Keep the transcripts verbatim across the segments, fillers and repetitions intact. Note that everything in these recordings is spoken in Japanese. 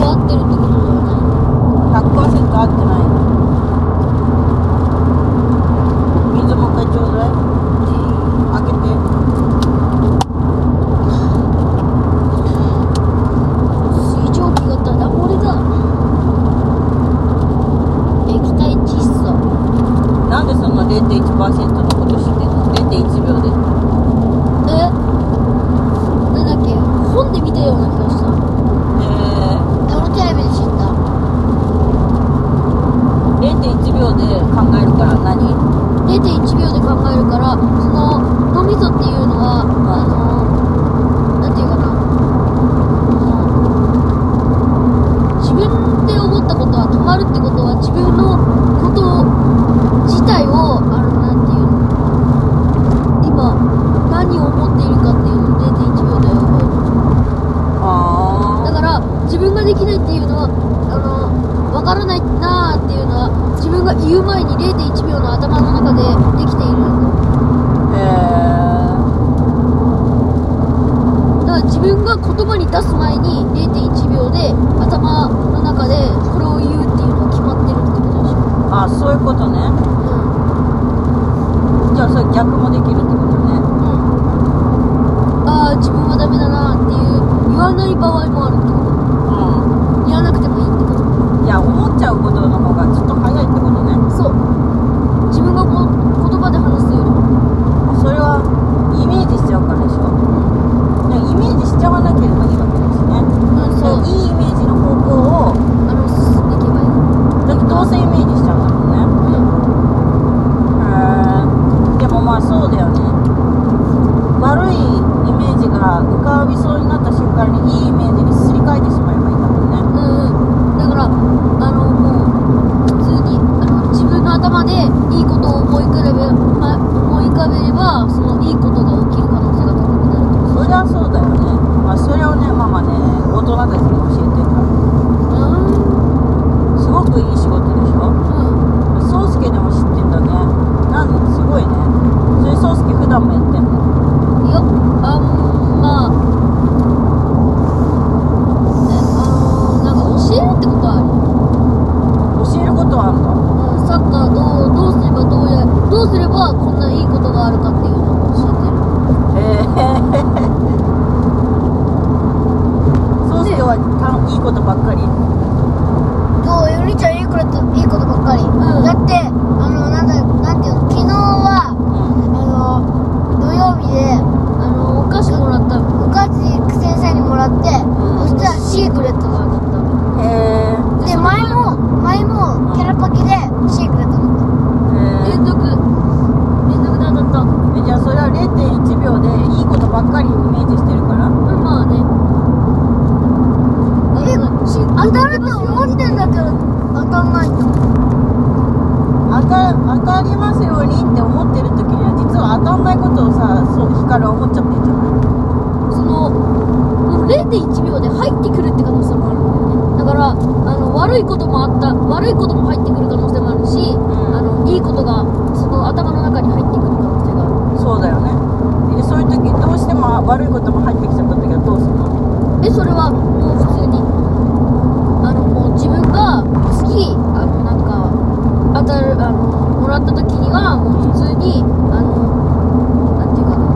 合ってるってことだよね。 ひゃくパーセント合ってない。水もう一回ちょうだい。開けて。 水蒸気がダダ漏れだ。液体窒素。 なんでその れいてんいちパーセント のこと知ってんの？ れいてんいち 秒で。 え、なんだっけ、本で見たような気がした。 えー、 あのテレビで知った。 れいてんいち 秒で考えるから何？ れいてんいち 秒で考えるから、その脳みそっていうのは、あのなんていうかな、自分で思ったことは止まるってことは、自分のこと自体を、あのなんていうの、今何を思っているかっていうのを れいてんいち 秒で覚える。 あだから自分ができないっていうのは、あのわからないなーっていうのは、自分が言う前に れいてんいち 秒の頭の中でできているんだ。 ー、へだから自分が言葉に出す前に れいてんいち 秒で頭の中でこれを言うっていうのが決まってるってことでしょ。 ー、あ、そういうことね。 うん。 じゃあそれ逆もできるってことね。 うん。ああ、自分はダメだなっていう言わない場合もあるってこと。 う言わなくてもいいってこと。 ん。いや、思っちゃうことの方がちょっと早いってことね。 そう。自分がこ言葉で話すよりも。 それはイメージしちゃうからでしょ。でイメージしちゃわなければいいわけですね。 うん、そう。 いいイメージの方向を、 あの、進んでいけばいい。 だけどどうせイメージしちゃうんだもんね。 うん。 へー。でもまあそうだよね。悪いイメージが浮かびそうになった瞬間にいいイメージにすり替えてしまえばいいんだもんね。 うんうん。だから、あの、もう、普通に、あの、自分の頭でいいことを思い浮かべれば、ま、思い浮かべれば、そのいいことが起きる可能性が高くなると。 そりゃそうだよね。まあそれをね、ママね、大人たちに教えてるから。 うん。 すごくいい仕事でしょ。 うん。 宗介でも知ってんだね。なんすごいね。それ宗介普段もやってんの？ いや、あんまあ、ね、あの、なんか教えるってことはある。 教えることはあるの？ うん、サッカーどう、どうすればどうや、どうすればこんないいことがあるかっていうのを教えてる。 へえ。宗介はたいいことばっかり。 そう、ゆりちゃんいいこといいことばっかり。 うんだって、あの、なんだ、なんていうの、昨日は、 うあの、土曜日で、 あの、お菓子もらったの。 お菓子先生にもらって、 んそしたらシークレットが当たったの。 ん。へえ。 で、前も、前も、キャラパキでシークレットだった。 へ連続、連続で当たった。 え。じゃあそれは れいてんいち 秒でいいことばっかりイメージしてるから。 うん、まあね。 え、当たると思ってんだけど、当たんないと。 当た当たりますようにって思ってる時には実は当たんないことをさ、そう光は思っちゃってんじゃない？ その、もう れいてんいち 秒で入ってくるって可能性もあるんだよね。だから、あの、悪いこともあった、悪いことも入ってくる可能性もあるし、 んあの、いいことが、その頭の中に入ってくる可能性がある。 そうだよね。でそういう時どうしても悪いことも入ってきちゃった時はどうするの？ え、それはもう普通に、あの、もう自分が次、あの、なんか、当たる、あの、もらった時には、もう普通に、あの、なんていうかな、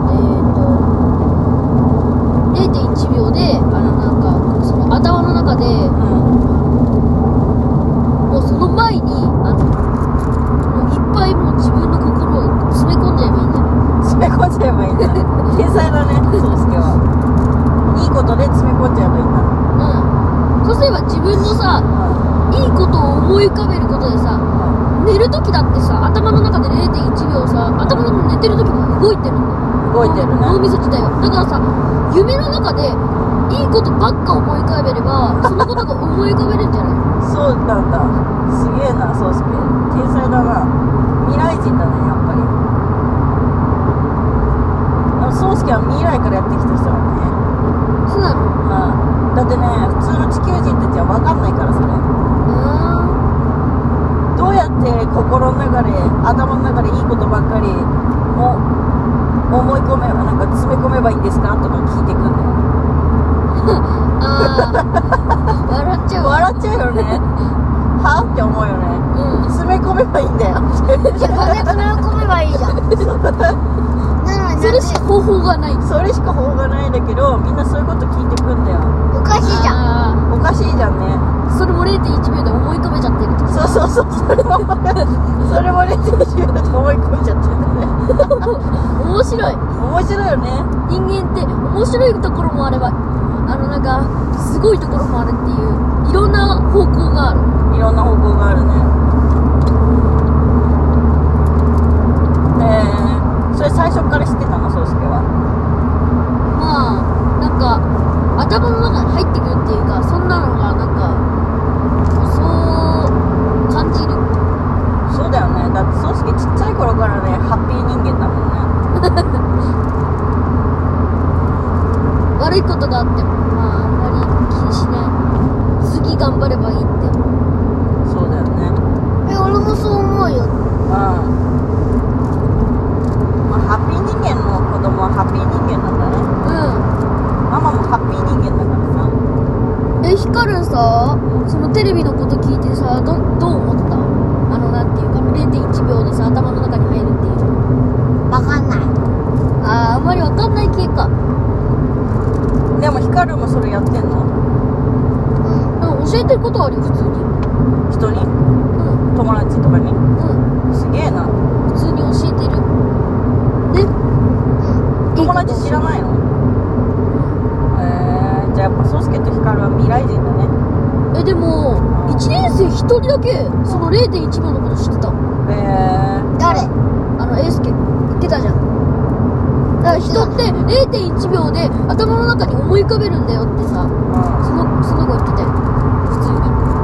えーと、れいてんいち 秒で、あの、なんか、その頭の中で、 うんもうその前に、あの、もういっぱいもう自分の心を詰め込んじゃえばいいんじゃない？ 詰め込んじゃえばいいんだ。天才だね、宗介は。いいことで詰め込んじゃえばいいんだ。 うん。そうすれば自分のさ、いいことを思い浮かべることでさ、寝るときだってさ、頭の中で れいてんいち 秒さ、頭の中で寝てるときも動いてるんだよ。 動いてるね。 脳みそ自体は。だからさ、夢の中でいいことばっか思い浮かべれば、そのことが思い浮かべるんじゃない？ そうなんだ。すげえな、宗介。天才だな。未来人だね、やっぱり。でも宗介は未来からやってきた人だね。 そうなの？ うん。だってね、普通の地球人たちは分かんないから、それ。 うーん。 どうやって心の中で、頭の中でいいことばっかりも思い込めば、なんか詰め込めばいいんですかとか聞いてくんだよ。 ああ笑っちゃうわ。 笑っちゃうよね。はって思うよね。 うん。 詰め込めばいいんだよ。 自分で詰め込めばいいじゃん。なのにそれしか方法がない。 それしか方法がないんだけど、みんなそういうこと聞いてくんだよ。 おかしいじゃん。 あおかしいじゃんね。 ーそれも れいてんいちびょうで思い浮かべちゃってると。 そうそうそう、それもそれもれいてんいちびょうだと思い込んじゃってるんだね。 面白い。 面白いよね。 人間って面白いところもあれば、あのなんかすごいところもあるっていう、いろんな方向がある。 いろんな方向があるね。えー、それ最初から知ってたの、宗介は。 まあなんか頭の中に入ってくるっていうか、そんなのがなんかそう感じる。 そうだよね。だって宗介ちっちゃい頃からね、ハッピー人間だもんね。 悪いことがあってもまああんまり気にしない。次頑張ればいいって。 そうだよね。 え、俺もそう思うよ。 うん。まあ、ハッピー人間の子供はハッピー人間なんだね。 うママもハッピー人間だからさ。 ん。え、ヒカルさ、そのテレビのこと聞いてさ、どどう思った？あのなんていうか れいてんいちびょうでさ頭の中に入るっていう。 わかんない。 あーあんまりわかんない系か。 でもヒカルもそれやってんの？ うん、教えてることあるよ普通に。 人に？ うん友達とかに？ うん、 すげえな。 普通に教えてるね。 友達知らないの？えー、じゃあやっぱ宗介とヒカルは未来人だね。 え、でもいちねんせいひとりだけその れいてんいちびょうのこと知ってた。 えー、 誰？ あのエースケ言ってたじゃん。だから人って れいてんいちびょうで頭の中に思い浮かべるんだよってさ、 うんそのその子言ってたよ普通に。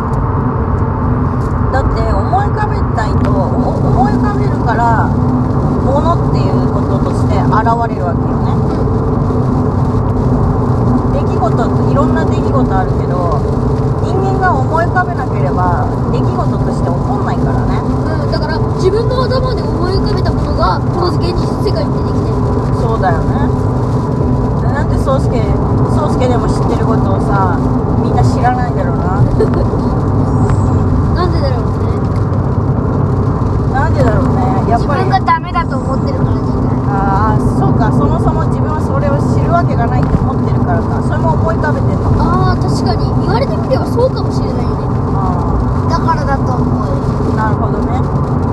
だって思い浮かべたいとお思い浮かべるからものっていうこととして現れるわけよね。出来事、いろんな出来事あるけど人間が思い浮かべなければ出来事として起こんないからね。 うん、だから自分の頭で思い浮かべたものがこの現実世界に出てきてる。 そうだよね。なんで宗介宗介でも知ってることをさみんな知らないんだろうな。 なんでだろうね。 なんでだろうね。やっ自ぱり分がダメだと思ってるからじゃない。 ああそうか、そもそも自分はそれを知るわけがないって思ってるからか。それも思い浮かべてんの。 ああ確かに言われてみればそうかもしれないよね。 あだからだと思うよ。 あなるほどね。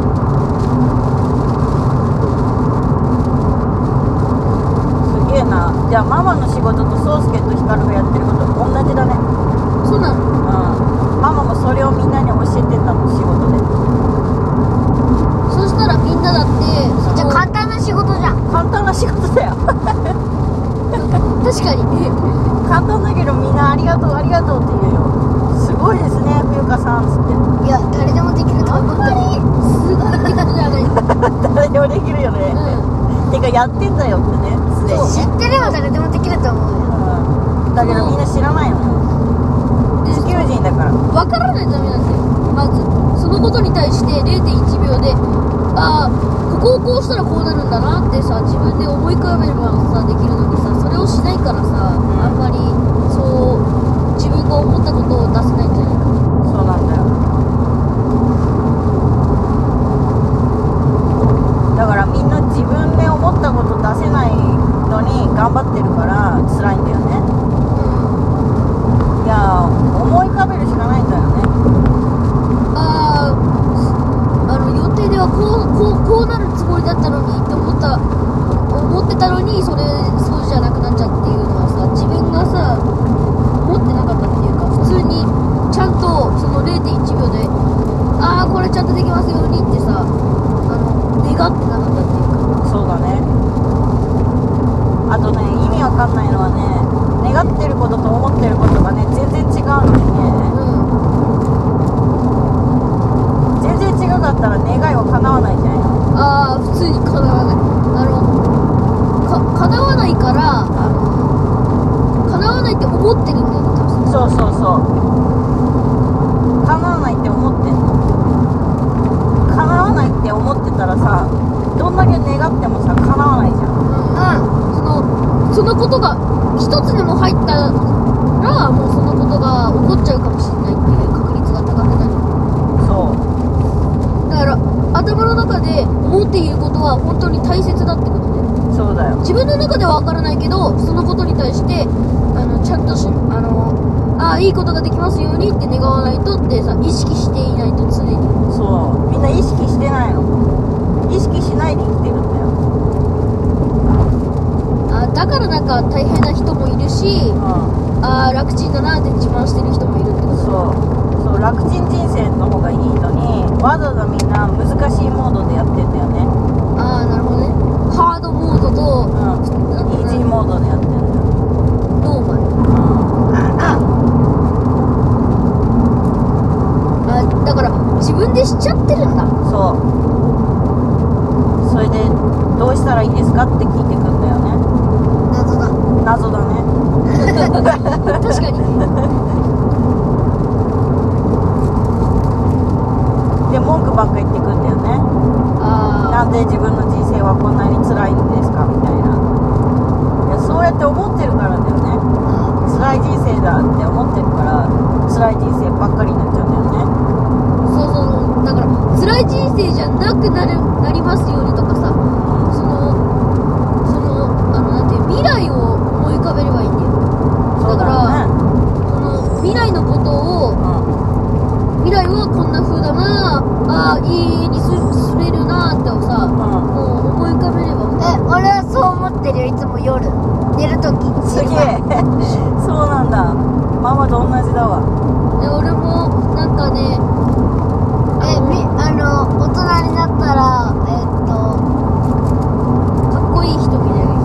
すげえな。じゃあママの仕事と宗介とヒカルがやってること同じだね。 そうなの。 うん。ママもそれをみんなに教えてたの、仕事で。 そしたらみんなだってじゃあ簡単な仕事じゃん。 簡単な仕事だよ。 確かに簡単だけどみんなありがとうありがとうって言うよ。すごいですね冬香さんつって。 いや、誰でもできるとあん思ってる。 まりすごいってことじゃない誰でもできるよね。 うてかやってんだよってね、すでに知ってれば誰でもできると思うよ。 うん。だけどみんな知らないの。 ん。で地球人だから。 分からないとダメなんだよ。まずそのことに対して れいてんいちびょうでああここをこうしたらこうなるんだなってさ自分で思い浮かべればさできるのにさ、それをしないからさ、あんまりそう自分が思ったことを出せないんじゃないか。 そうなんだよ。だからみんな自分で思ったこと出せないのに頑張ってるから辛いんだよね。いや思い浮かべるしかないんだよね。 あああの予定ではこうこうこうなるつもりだったのにって思った思ってたのにそれそうじゃなくなっちゃうっていうのはさ、自分がさ思ってなかったっていうか、普通にちゃんとその れいてんいちびょうでああこれちゃんとできますようにってさ、あの願ってなかったっていうか。 そうだね。あとね意味わかんないのはね、願ってることと思ってることがね全然違うのにね、全然違かったら願いは叶わないじゃんよ。 ああ普通に叶わない。あのか叶わないからあの叶わないって思ってるんだよね多分。 そうそうそう叶わないって思ってんの。叶わないって思ってたらさ、どんだけ願ってもさ叶わないじゃん。 うん、そのそのことが一つでも入ったらもうそのないけど、そのことに対してあのちゃんとしあのあいいことができますようにって願わないとってさ、意識していないと常に。 そうみんな意識してないの。意識しないで生きてるんだよ。 あだからなんか大変な人もいるし、 うん、 あ楽ちんだなって自慢してる人もいるってこと。 そうそう楽ちん人生の方がいいのに、わざわざみんな難しいモードでやってんだよね。 ああなるほどね。ハードモードと、 うん、イージーモードでやってんだよ。 ノーマル。あだから自分でしちゃってるんだ。 そう。それでどうしたらいいですかって聞いてくんだよね。 謎だ。 謎だね。 確かに。 で文句ばっか言ってくんだよね。 あなんで自分の人生はこんなに辛いんですかみたいな。いやそうやって思ってるからだよね。辛い人生だって思ってるから辛い人生ばっかりになっちゃうんだよね。 そうそうだから辛い人生じゃなくなるなりますようにとかさ、そのそのあのなんていう未来を思い浮かべればいいんだよ。 そうだだからよね。 その未来のことを、 うん、 未来はこんな風だなあ、いい家に住めるなってさ、 うん、 もう思い浮かべれば。 え、俺はそう思ってるよ、いつも夜寝るとき。 すげえ。そうなんだ。ママと同じだわ。 で俺もなんかね、 え、みあの大人になったらえっとかっこいい人みたいな。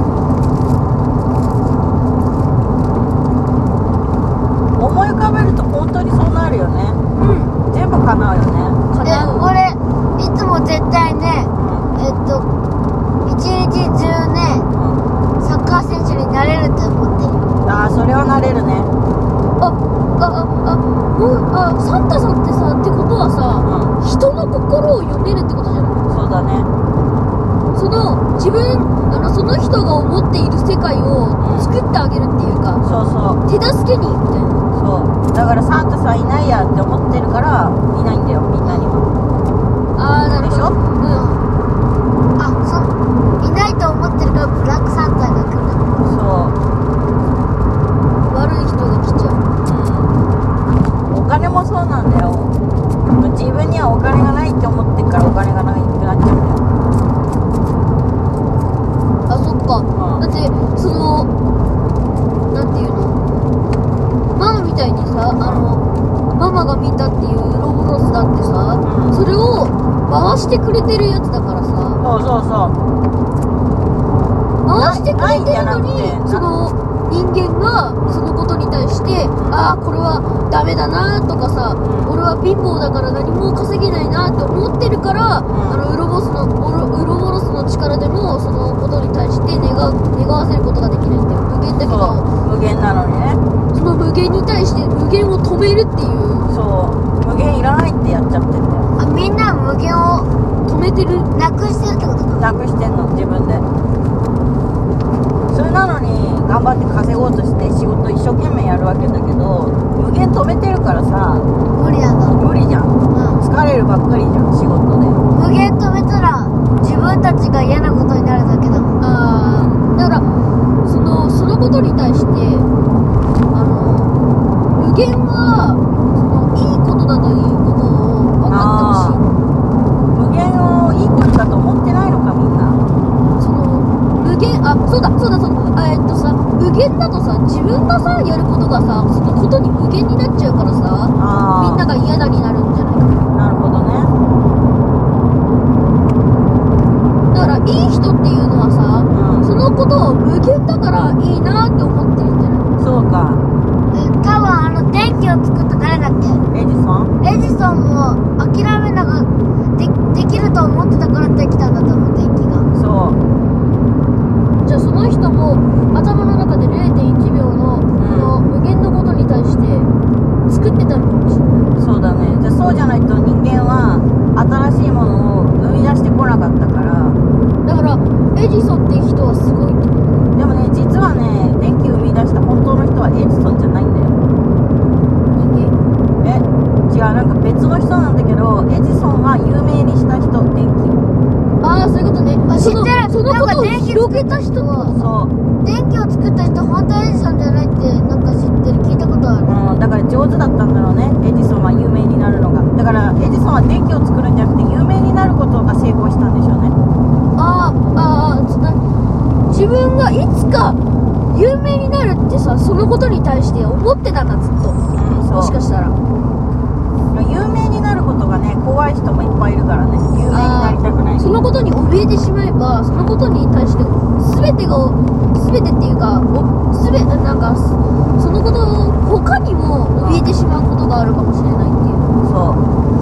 思い浮かべると本当にそうなるよね。 うん全部叶うよね。 で叶う。 俺いつも絶対ねうんえっと一日中ねうん、 サッカー選手になれると思ってる。 ああそれはなれるね。 ああああもうあサンタさんってさってことはさ、 うん、 人の心を読めるってことじゃない。 そうだね。 その自分あのその人が思っている世界を作ってあげるっていうか、 そうそう手助けにみたいな。 そうだからサンタさんいないやって思ってるからいないんだよみんなには。 ああなるほど。 でしょ。 うんあ、そういないと思ってるからブラックサンタが来る。 そう悪い人が来ちゃう。 お金もそうなんだよ。自分にはお金がないって思ってるからお金がなくなっちゃうんだよ。 あそっか、 うんだってそのなんていうのママみたいにさ、あのママが見たっていうウロボロスだってさ、 うんそれを回してくれてるやつだからさ、 そうそうそう回してくれてるのにないんじゃなくてその人間がそのことに対してああこれはダメだなとかさ、 ん俺は貧乏だから何も稼げないなって思ってるから、 んあのウロボスのウロウロボロスの力でもそのことに対して願う願わせることができないんだよ。無限だけそうど無限なのにね。 その無限に対して無限を止めるっていうそう無限いらないってやっちゃってんだよ。 あ、みんな無限を止めてる。 なくしてるってことか。 なくしてんの自分で。それなのに頑張って稼ごうとして仕事一生懸命やるわけだけど無限止めてるからさ無理なんだ。 無理じゃん。 うん。 疲れるばっかりじゃん仕事で。 無限止めたら自分たちが嫌なことになるだけだもん。 ああだからそのそのことに対してあの無限はそのいいことだということを分かってほしい。 無限をいいことだと思ってないのかみんな。 その無限あそうだそうだそうだあえっとさ無限だとさ自分がさやることがさそのことに無限になっちゃうからさあみんなが嫌だになるんじゃないかなるほどね。 な。だからいい人っていうのはさ、 うんそのことを無限だからいいなって思ってるんじゃない。 そうか。 え、多分あの電気を作った誰だっけ？ エジソン。 エジソンも諦めながでできると思ってたからできたんだと思う、電気が。 そうじゃあその人も頭の中で れいてんいちびょうの、この無限のことに対して作ってたのかもしれない。 そうだね。じゃあそうじゃないと人間は新しいものを生み出してこなかったから。 だからエジソンっていう人はすごいってこと。 でもね実はね電気を生み出した本当の人はエジソンじゃないんだよ。 人間え違うなんか別の人なんだけどエジソンは有名にした人電気を。 ああそういうことね。 あその知ってる。 そのことをなんか電気広げた人はそう電気さんは電気を作るんじゃなくて有名になることが成功したんでしょうね。 あーあー、つな自分がいつか有名になるってさ、そのことに対して思ってたんだ、ずっと。 うん、そうもしかしたら有名になることがね怖い人もいっぱいいるからね。有名になりたくない。 そのことに怯えてしまえば、そのことに対して全てが全てっていうかお全てなんかそのこと他にも怯えてしまうことがあるかもしれないっていう。 そう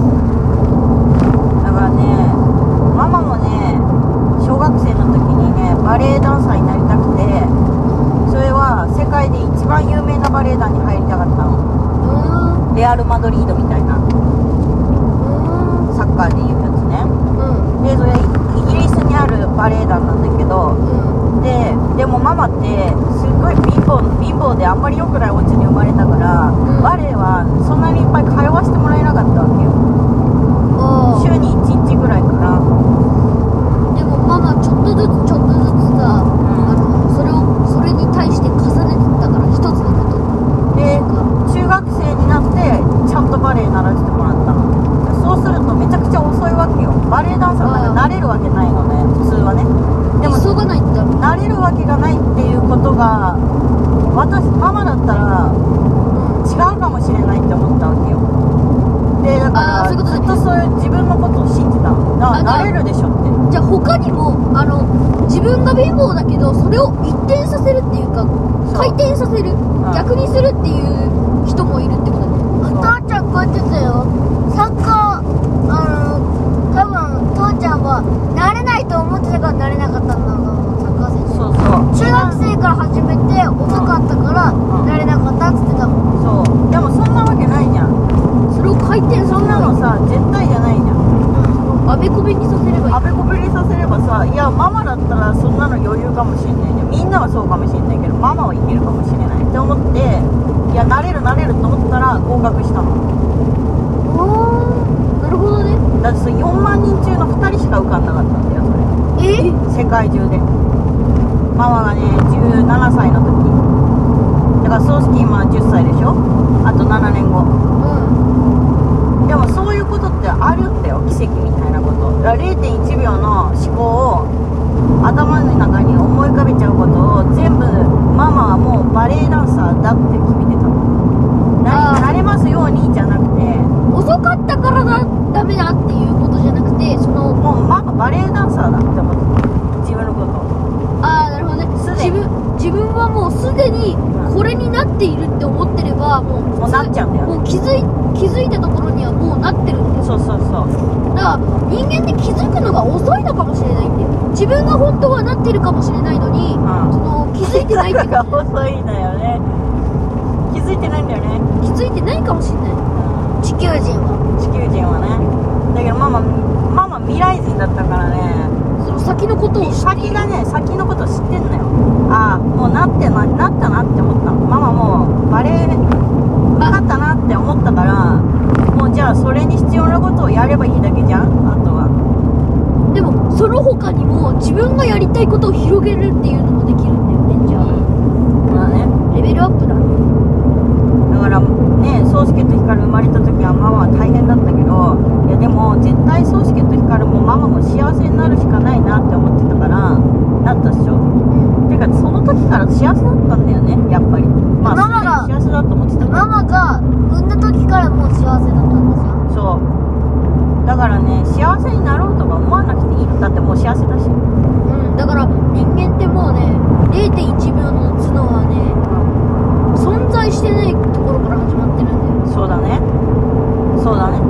だからね、ママもね小学生の時にねバレエダンサーになりたくて、それは世界で一番有名なバレエ団に入りたかったの。 うーんレアル・マドリードみたいなうーんサッカーでいうやつね。 うんでそれイギリスにあるバレエ団なんだけど、 うんででもママってすっごい貧乏貧乏であんまり良くないお家に生まれたから、 んバレエはそんなにいっぱい通わせてもらえなかったわけよ。 あ週にいちにちぐらいかな。 ーでもママちょっとずつちょっとずつさ、あのそれをそれに対して重ねてったから、一つのことで中学生になってちゃんとバレエ習わせてもらったの。そうするとめちゃくちゃ遅いわけよ。バレエダンサーなんかなれるわけないのね、普通はね。でも急がないってだろ。 なれるわけがないっていうことが、私ママだったら違うかもしれないって思ったわけよ。でだからあーそういうことねずっとそういう自分のことを信じたの。なあだなれるでしょって。 じゃあ他にもあの自分が貧乏だけどそれを一転させるっていうか、 そう回転させる、逆にするっていう人もいるってことね。 お父ちゃんこうやってたよ。サッカー、あの多分父ちゃんはなれないと思ってたからなれなかったんだと思う、サッカー選手。 そうそう中学生から始めて遅かったからんなれなかったっつってたもん。 そうでもそんなわけないじゃん。 それを回転さそんせるなのさ絶対じゃないじゃん。 あべこべにさせればいい。 あべこべにさせればさ、いやママだったらそんなの余裕かもしれないじゃん。みんなはそうかもしれないけどママはいけるかもしれないって思って、いやなれるなれると思ったら合格したの。 おー、なるほどね。 だってそれよんまんにん中のふたりしか受かんなかったんだよ、それ。 え世界中で。ママがねじゅうななさいの時だから、葬式今じゅっさいでしょ。あとななねんご。 うんでもそういうことってあるんだよ、奇跡みたいなこと。だから れいてんいちびょうの思考を頭の中に思い浮かべちゃうことを全部ママはもうバレエダンサーだって決めてたの。 あーななれますようにじゃなくて、 遅かったからだダメだっていうことじゃなくて、そのもうママバレエダンサーだって思ってた、自分のことを。 ああなるほどね。 すでに自分自分はもうすでにこれになっているって思ってればもうもうなっちゃうんだよ。 もう気づい気づいたところにはもうなってるんだよ。 そうそうそう。 だから人間って気づくのが遅いのかもしれないんだよ。自分が本当はなってるかもしれないのに、 うんその気づいてないってがこと遅いんだよね。気づいてないんだよね。 気づいてないかもしれない。 地球人は地球人はね。だけどママママ未来人だったからね。 その先のことを知っている。 先がね、先のこと知ってんのよ。ああもうなってななったなって思ったの。ママもうバレエ分かったなって思ったから、もうじゃあそれに必要なことをやればいいだけじゃん、あとは。 でもその他にも自分がやりたいことを広げるっていうのもできるんだよね。じゃまあね。 あレベルアップだね。 だからね、宗介と光生まれた時はママは大変だったけど、いやでも絶対宗介と光もママも幸せになるしかないなって思ってたからなったっしょ。てかその時から幸せだったんだよね、やっぱり。まあママが幸せだと思ってたから。 ママが産んだ時からもう幸せだったんですよ。 そうだからね、幸せになろうとか思わなくていいの。だってもう幸せだし。 うんだから人間ってもうね れいてんいちびょうの頭脳はね存在してないところから始まってるんだよ。 そうだね、そうだね。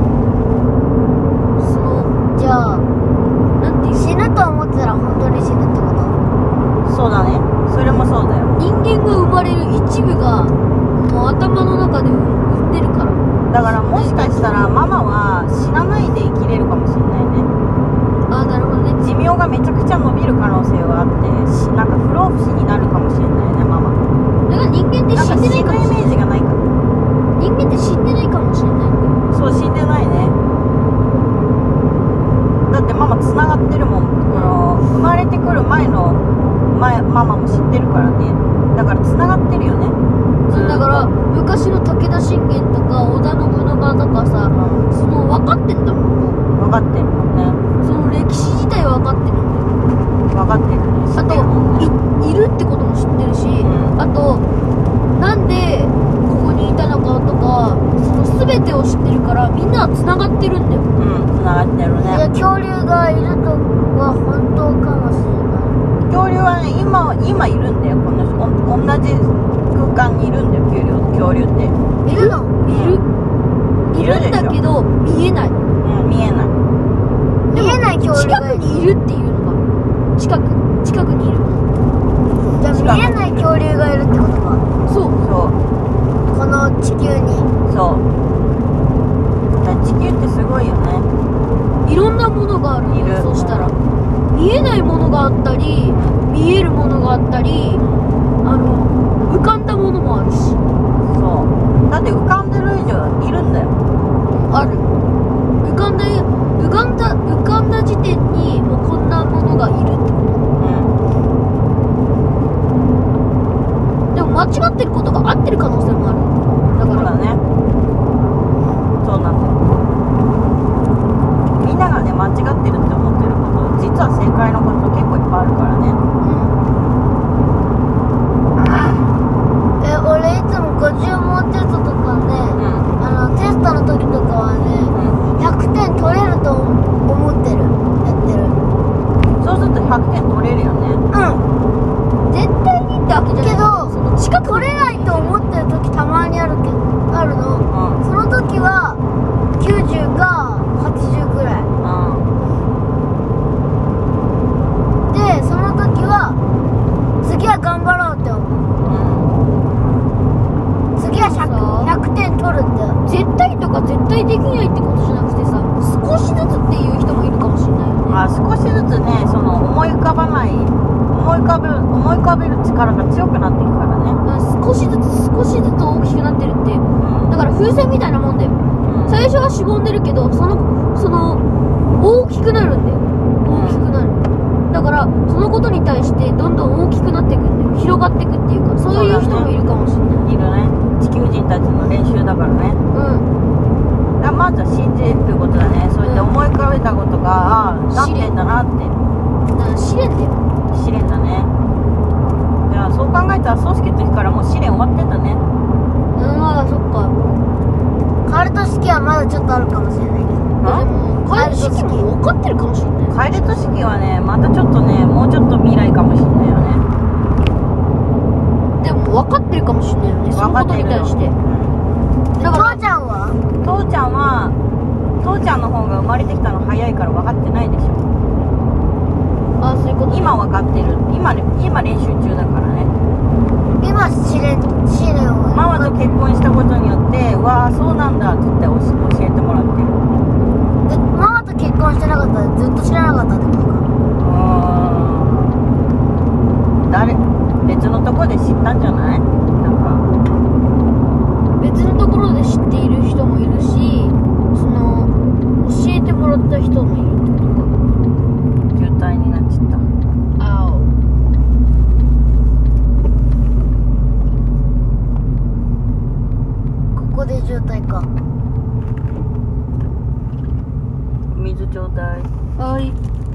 そのじゃあなんていう死ぬと思ってたら本当に死ぬってこと？ そうだね、それもそうだよ。 人間が生まれる一部がもう頭の中で産んでるから。 だからもしかしたらママは死なないで生きれるかもしれないね。 ああなるほどね。 寿命がめちゃくちゃ伸びる可能性があって、しなんか不老不死になるかもしれないね、ママ。 だから人間ってなんか死んでない死ぬイかもしれない。 メージがないから。 人間って死んでないかもしれないんだよ。 そう、死んでないね。だってママつながってるもん。この生まれてくる前の前ママも知ってるからね。だからつながってるよね。 そうだから昔の武田信玄とか織田信長とかさ、その分かって全てを知ってるからみんなはつながってるんだよ。 うんつながってるいやね。 恐竜がいるとは本当かもしれない。 恐竜はね今は今いるんだよ。このお同じ空間にいるんだよ恐竜恐竜って。 いるの？ いるいるんだけど見えない。 うん見えない。 見えない恐竜近くがいる。 にいるっていうのが近く近くにいる。 じゃあ見えない恐竜がいるってことか。 そうそうこの地球に。 そうだから地球ってすごいよね。 いろんなものがあるんだよ。 いるそうしたら見えないものがあったり見えるものがあったりあの浮かんだものもあるし。 そうだって浮かんでる以上いるんだよ。 ある。浮かんだ浮かんだ浮かんだ時点にもうこんなものがいるってこうんと。でも間違ってることが合ってる可能性もある。だからそうだね。そうなんだよ。みんながね間違ってるって思ってること実は正解のこと結構いっぱいあるからね。 え、俺いつもごじゅう問テストとかね、 うんあのテストの時とかはね、 うんひゃくてん取れると思ってる。やってる。 そうするとひゃくてん取れるよね。 うん。 絶対にってわけじゃないけどその近く取れないと思ってる時たまにあるけどあるの。 うんその時はきゅうじゅうかはちじゅうぐらいで、その時は次は頑張ろうって思う。次はひゃく、ひゃくてん取るって。 絶対とか絶対できないってことじゃなくてさ少しずつっていう人もいるかもしれないよね。 あ少しずつねその思い浮かばない思い浮かべる思い浮かべる力が強くなっていくからね。 だから少しずつ少しずつ大きくなってるってうんだから風船みたいなもんだよ。 うん最初はしぼんでるけどそのその大きくなるんだよ。大きくなる。だからそのことに対してどんどん大きくなっていくんだよ。広がっていくっていうかそういう人もいるかもしれない。 いるね。地球人たちの練習だからね。 うんだからまずは信じることだね。そうやって思い浮かべたことが、ああなってんだなってだから試練だよ。 試練だね。じゃあそう考えたら宗介と日からもう試練終わってんだね。 うんまあそっか。 カルト式はまだちょっとあるかもしれないけど。 でも彼の式も分かってるかもしれない。 カイレト式はねまたちょっとねもうちょっと未来かもしれないよね。 でも分かってるかもしれないよねそのことに対して。 でだから父ちゃんは父ちゃんは父ちゃんの方が生まれてきたの早いから分かってないでしょ。 あそういうことね。 今分かってる。今今練習中だからね。 今試練試練をママと結婚したことによってうわーそうなんだって言って教教えてもらってる。 でママと結婚してなかったらずっと知らなかったってことか。 うーん誰別のとこで知ったんじゃない？なんか別のところで知っている人もいるしその教えてもらった人もいるってことか。 渋滞になっちゃった。 あおここで渋滞か。 水ちょうだい。 はい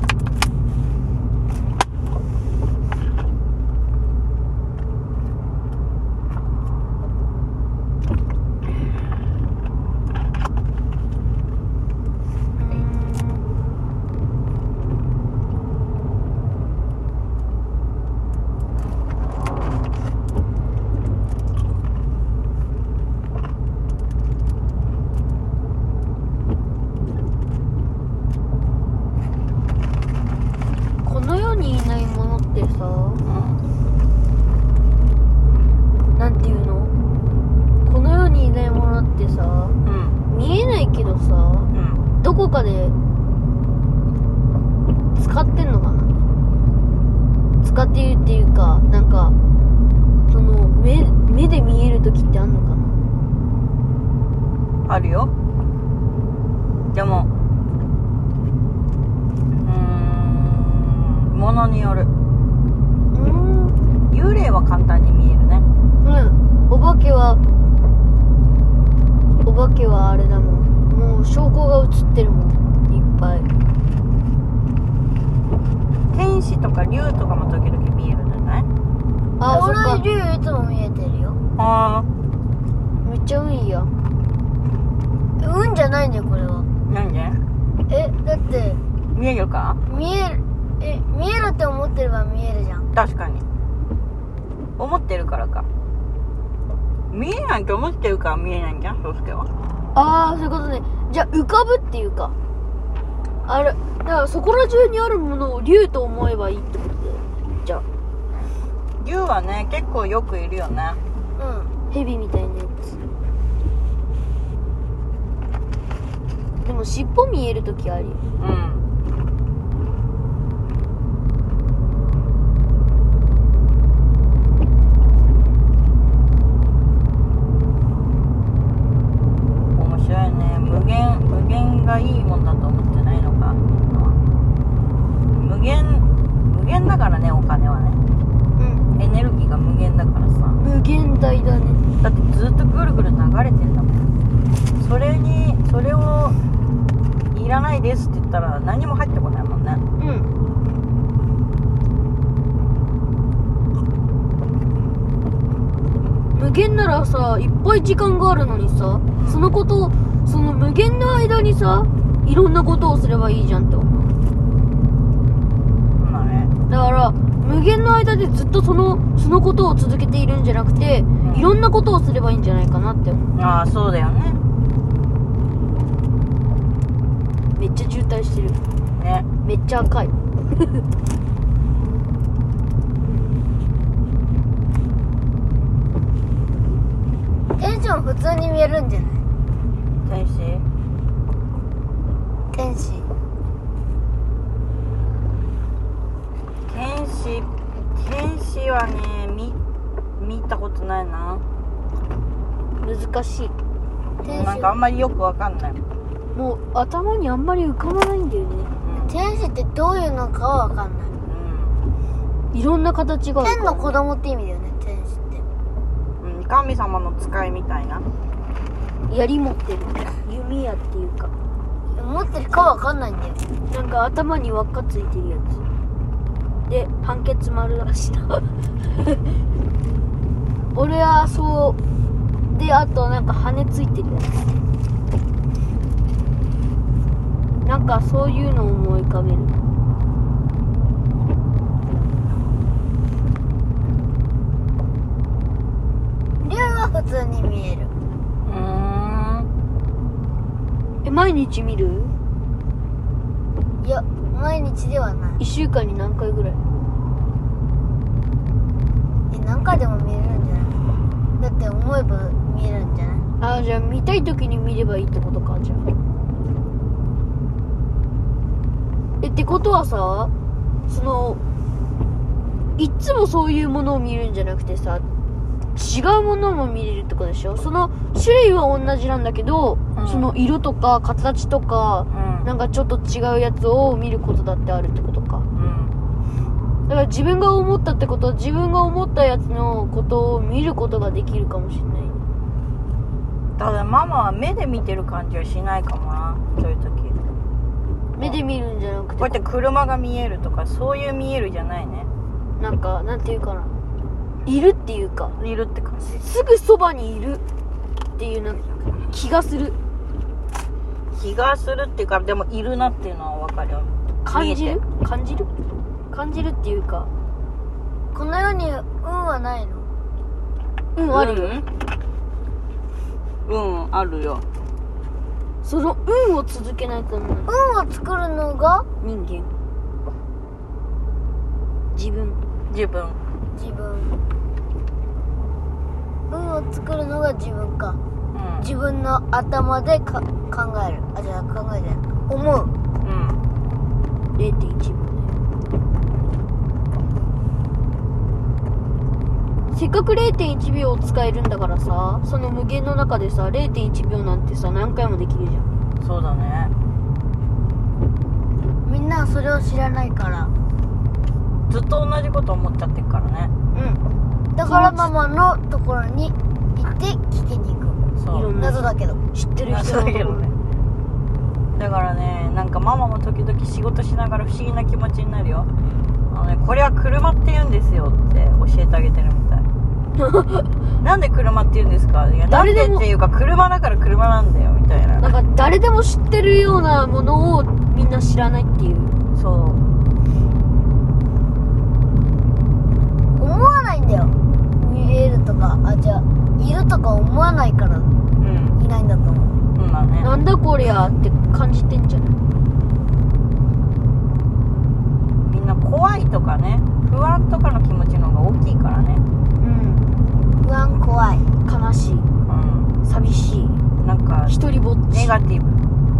この世にいないものってさなんていうのこの世にいないものってさうん見えないけどさうんどこかで使ってんのかな。使っているっていうかなんかその目目で見える時ってあんのかな。 あるよ。でもうーんものによる。 うーん幽霊は簡単に見えるね。 うんお化けはお化けはあれだもんもう証拠が映ってるもんいっぱい。 天使とか竜とかも時々見えるんじゃない？ あそっか俺竜いつも見えてるよ。 あめっちゃ運いいや。 ゃないんだよこれは。 なんで？ えだって見えるか？ 見えるえ見えるって思ってれば見えるじゃん。 確かに思ってるからか。見えないと思ってるから見えないんじゃん、そうすけは。 ああ、そういうことね。じゃあ浮かぶっていうか、あれだからそこら中にあるものを竜と思えばいいってことだよね。じゃあ竜はね結構よくいるよね。 うん。 蛇みたいなやつ。でも尻尾見えるときあるよ。 うんがいいもんだと思ってないのか。無限無限だからね、お金はね。 うん。 エネルギーが無限だからさ。 無限大だね。 だってずっとぐるぐる流れてんだもん。それにそれをいらないですって言ったら何も入ってこないもんね。 うん。無限ならさ、いっぱい時間があるのにさ、そのことをその無限の間にさ、いろんなことをすればいいじゃんって思う。 まあね。 だから無限の間でずっとそのそのことを続けているんじゃなくて、 うん、 いろんなことをすればいいんじゃないかなって思う。 ああ、そうだよね。 めっちゃ渋滞してるね。 めっちゃ赤いテンション普通に見えるんじゃない？ 天使？ 天使天使天使はね、見見たことないな。 難しい。 天使なんかあんまりよくわかんない。 もう頭にあんまり浮かばないんだよね。 うん、 天使ってどういうのかは分かんない。 うん、 いろんな形があるから、 天の子供って意味だよね、天使って。 うん、神様の使いみたいな。 槍持ってる弓矢っていうか、 持ってるかは分かんないんだよ。 なんか頭に輪っかついてるやつで判決丸出しだ俺はそうで、あとなんか羽ついてるやつ、なんかそういうのを思い浮かべる。 竜は普通に見える。 うーん。 え、毎日見る？ いや、毎日ではない。 いっしゅうかんに何回ぐらい？ え、何回でも見えるんじゃない？だって思えば見えるんじゃない？ ああ、じゃあ見たい時に見ればいいってことか。じゃあえってことはさ、そのいっつもそういうものを見るんじゃなくてさ、違うものも見れるってことでしょ。その種類は同じなんだけど、うん、その色とか形とか、うん、なんかちょっと違うやつを見ることだってあるってことか。うん、だから自分が思ったってことは、自分が思ったやつのことを見ることができるかもしれない。 ただママは目で見てる感じはしないかもな、そういう時。 目で見るんじゃなくて、 こうやって車が見えるとかそういう見えるじゃないね。 なんかなんていうかな、いるっていうか、 いるって感じ。 すぐそばにいるっていうな気がする気がするっていうか、でもいるなっていうのは分かるよ。 感じる感じる感じるっていうか、 この世に運はないの？ 運あるよ。 うん、うん、あるよ。 その運を続けないとな。 運を作るのが人間。自分自分自分運を作るのが自分か、うん、自分の頭でか考える。あ、じゃあ考えて思う。うん。 れいてんいちびょうせっかく れいてんいちびょうを使えるんだからさ、その無限の中でさ れいてんいちびょうなんてさ何回もできるじゃん。 そうだね。 みんなはそれを知らないからずっと同じこと思っちゃってるからね。 うん。だからママのところに行って聞きに行く。 そう。 いろんな謎だけど知ってる人のところね。 だからね、なんかママも時々仕事しながら不思議な気持ちになるよ。あのね、これは車って言うんですよって教えてあげてるみたい。 なんで車って言うんですか。いやなん誰でもでっていうか車だから車なんだよみたいな。 なんか誰でも知ってるようなものをみんな知らないっていう。 そう思わないんだよ。見えるとか、あ、じゃあいるとか思わないからうんいないんだと思う。 うんだね。 なんだこりゃって感じてんじゃない。 みんな怖いとかね、不安とかの気持ちの方が大きいからね。 うん不安、怖い。 悲しい、 うん寂しい、 なんか一人ぼっち。 ネガティブ、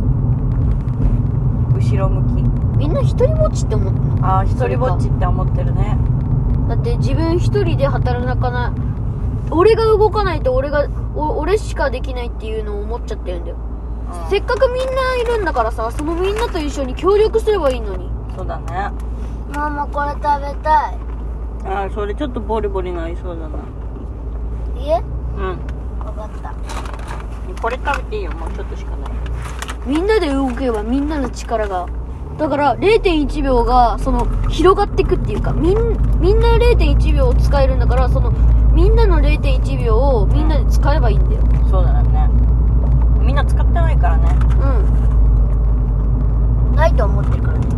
後ろ向き。 みんな一人ぼっちって思ってるの。 ああ一人ぼっちって思ってるね。 だって自分一人で働かない、俺が動かないと俺がお俺しかできないっていうのを思っちゃってるんだよ、 うん、 せっかくみんないるんだからさ、そのみんなと一緒に協力すればいいのに。 そうだね。 ママこれ食べたい。 ああそれちょっとボリボリなりそうだな。 いえ、 うん分かった。 これ食べていいよ、もうちょっとしかない。 みんなで動けばみんなの力が、だから れいてんいちびょうがその広がっていくっていうか、みんみんな れいてんいちびょうを使えるんだから、そのみんなの れいてんいちびょうをみんなで使えばいいんだよ。 そうだね。みんな使ってないからね。 うんないと思ってるからね。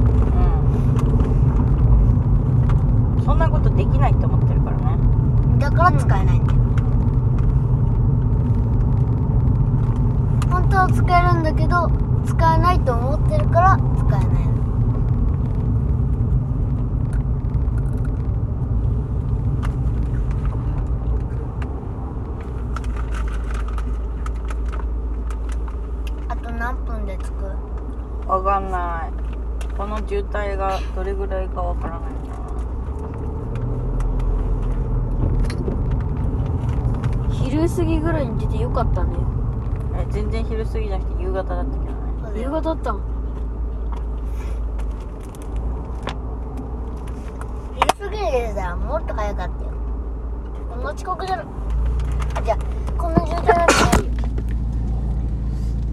うんそんなことできないって思ってるからね。 だから使えないんだよ。本当は使えるんだけど使えないと思ってるから使えないの。あと何分で着く？ わかんない。この渋滞がどれぐらいかわからないな。 昼過ぎぐらいに出てよかったね。 え全然昼過ぎじゃなくて夕方だったけどね。 夕方だったん。 昼過ぎで出たらもっと早かったよ。この遅刻じゃ